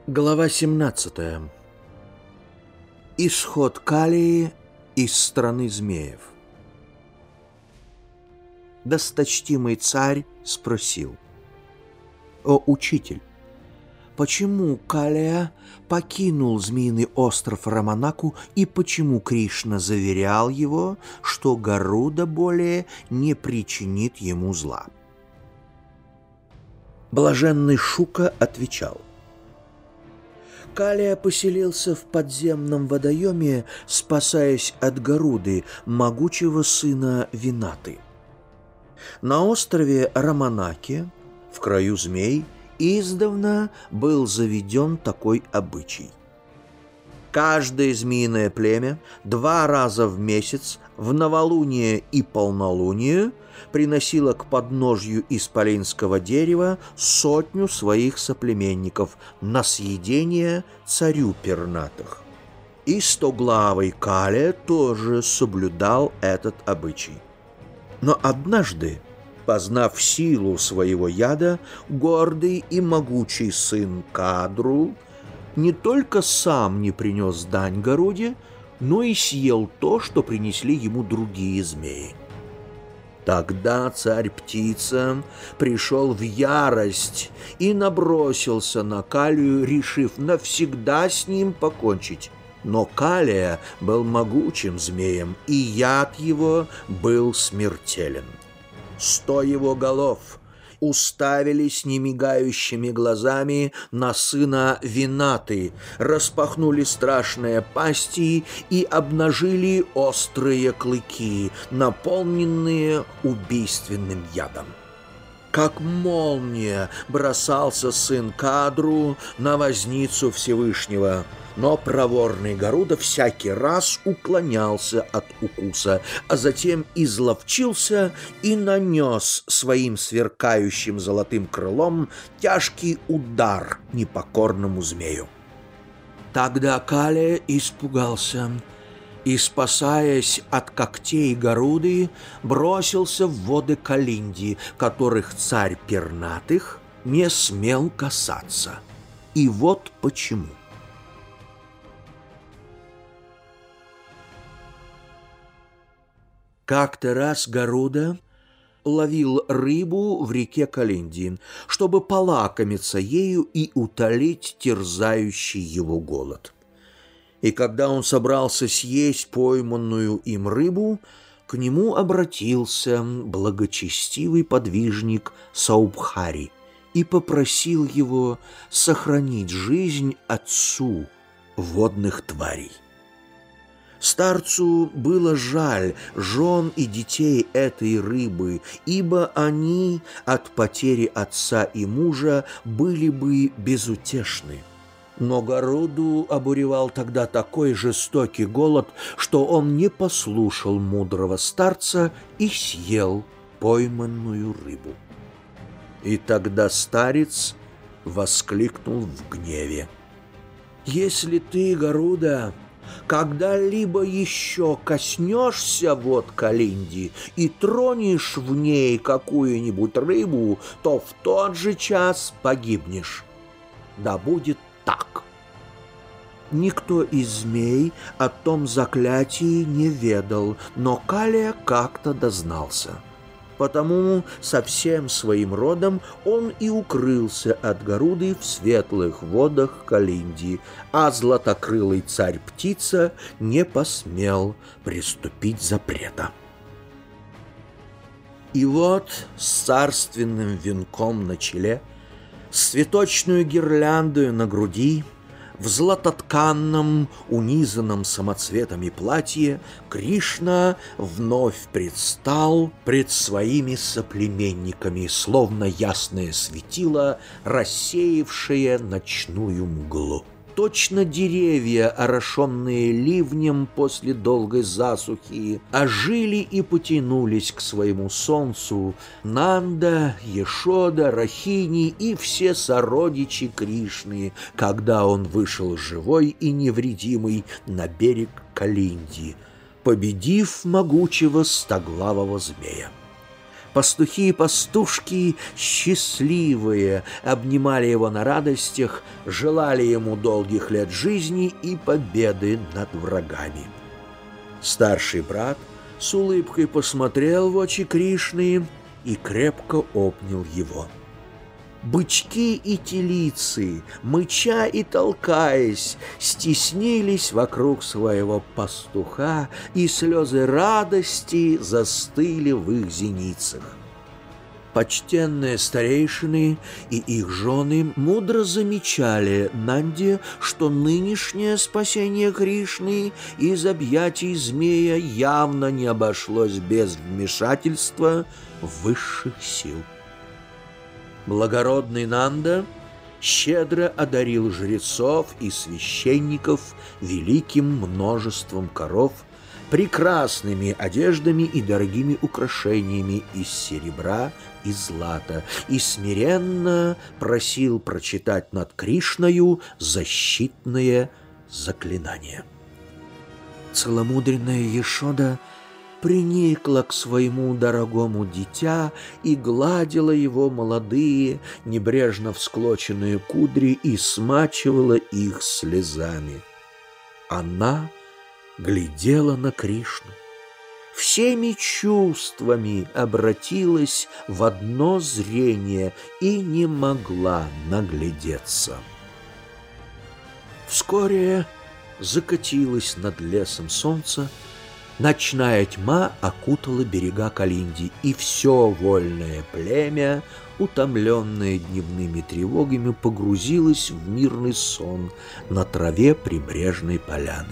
Глава 17. Исход Калии из страны змеев. Досточтимый царь спросил: «О, учитель, почему Калия покинул Змеиный остров Раманаку и почему Кришна заверял его, что Гаруда более не причинит ему зла?» Блаженный Шука отвечал: Калия поселился в подземном водоеме, спасаясь от Гаруды, могучего сына Винаты. На острове Раманаке, в краю змей, издавна был заведен такой обычай. Каждое змеиное племя 2 раза в месяц, в новолуние и полнолуние, приносило к подножью исполинского дерева 100 своих соплеменников на съедение царю пернатых. И 100-главый Калия тоже соблюдал этот обычай. Но однажды, познав силу своего яда, гордый и могучий сын Кадру не только сам не принес дань Гаруде, но и съел то, что принесли ему другие змеи. Тогда царь-птица пришел в ярость и набросился на Калию, решив навсегда с ним покончить. Но Калия был могучим змеем, и яд его был смертелен. 100 его голов уставились немигающими глазами на сына Винаты, распахнули страшные пасти и обнажили острые клыки, наполненные убийственным ядом. Как молния бросался сын Кадру на возницу Всевышнего, но проворный Гаруда всякий раз уклонялся от укуса, а затем изловчился и нанес своим сверкающим золотым крылом тяжкий удар непокорному змею. Тогда Калия испугался и, спасаясь от когтей Гаруды, бросился в воды Калинди, которых царь пернатых не смел касаться. И вот почему. Как-то раз Гаруда ловил рыбу в реке Калинди, чтобы полакомиться ею и утолить терзающий его голод. И когда он собрался съесть пойманную им рыбу, к нему обратился благочестивый подвижник Саубхари и попросил его сохранить жизнь отцу водных тварей. Старцу было жаль жен и детей этой рыбы, ибо они от потери отца и мужа были бы безутешны. Но Гаруду обуревал тогда такой жестокий голод, что он не послушал мудрого старца и съел пойманную рыбу. И тогда старец воскликнул в гневе: «Если ты, Гаруда, когда-либо еще коснешься вод Калинди и тронешь в ней какую-нибудь рыбу, то в тот же час погибнешь. Да будет так». Никто из змей о том заклятии не ведал, но Калия как-то дознался. Потому со всем своим родом он и укрылся от Гаруды в светлых водах Калинди, а златокрылый царь-птица не посмел приступить запрета. И вот с царственным венком на челе, с цветочную гирляндою на груди, в златотканном, унизанном самоцветами платье Кришна вновь предстал пред своими соплеменниками, словно ясное светило, рассеявшее ночную мглу. Точно деревья, орошенные ливнем после долгой засухи, ожили и потянулись к своему солнцу Нанда, Ешода, Рахини и все сородичи Кришны, когда он вышел живой и невредимый на берег Калинди, победив могучего стоглавого змея. Пастухи и пастушки, счастливые, обнимали его на радостях, желали ему долгих лет жизни и победы над врагами. Старший брат с улыбкой посмотрел в очи Кришны и крепко обнял его. Бычки и телицы, мыча и толкаясь, стеснились вокруг своего пастуха, и слезы радости застыли в их зеницах. Почтенные старейшины и их жены мудро замечали Нанде, что нынешнее спасение Кришны из объятий змея явно не обошлось без вмешательства высших сил. Благородный Нанда щедро одарил жрецов и священников великим множеством коров, прекрасными одеждами и дорогими украшениями из серебра и злата, и смиренно просил прочитать над Кришною защитные заклинания. Целомудренная Яшода приникла к своему дорогому дитя и гладила его молодые, небрежно всклоченные кудри и смачивала их слезами. Она глядела на Кришну, всеми чувствами обратилась в одно зрение и не могла наглядеться. Вскоре закатилось над лесом солнце, ночная тьма окутала берега Калинди, и все вольное племя, утомленное дневными тревогами, погрузилось в мирный сон на траве прибрежной поляны.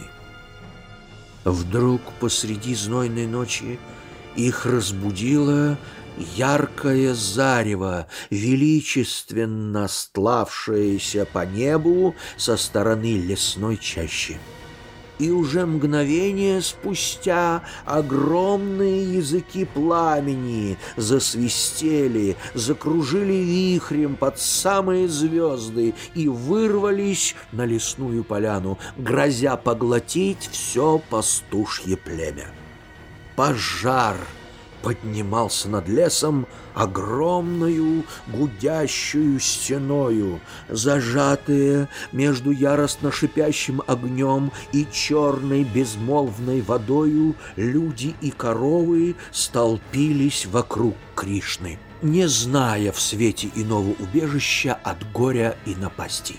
Вдруг посреди знойной ночи их разбудило яркое зарево, величественно стлавшееся по небу со стороны лесной чащи. И уже мгновение спустя огромные языки пламени засвистели, закружили вихрем под самые звезды и вырвались на лесную поляну, грозя поглотить все пастушье племя. Пожар поднимался над лесом огромную гудящую стеною. Зажатые между яростно шипящим огнем и черной безмолвной водою, люди и коровы столпились вокруг Кришны, не зная в свете иного убежища от горя и напасти.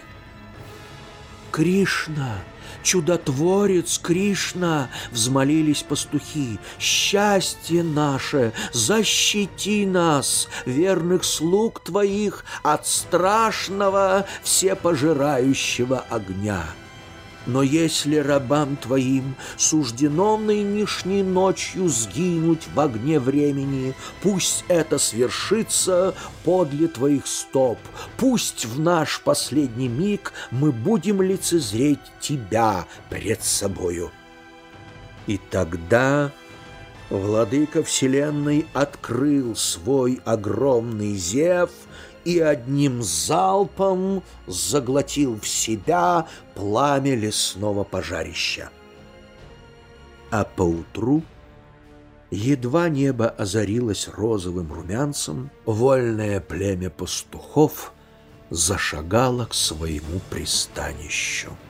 «Кришна! Чудотворец Кришна!» — взмолились пастухи. «Счастье наше! Защити нас, верных слуг твоих, от страшного всепожирающего огня! Но если рабам твоим суждено нынешней ночью сгинуть в огне времени, пусть это свершится подле твоих стоп, пусть в наш последний миг мы будем лицезреть тебя пред собою». И тогда владыка вселенной открыл свой огромный зев и одним залпом заглотил в себя пламя лесного пожарища. А поутру, едва небо озарилось розовым румянцем, вольное племя пастухов зашагало к своему пристанищу.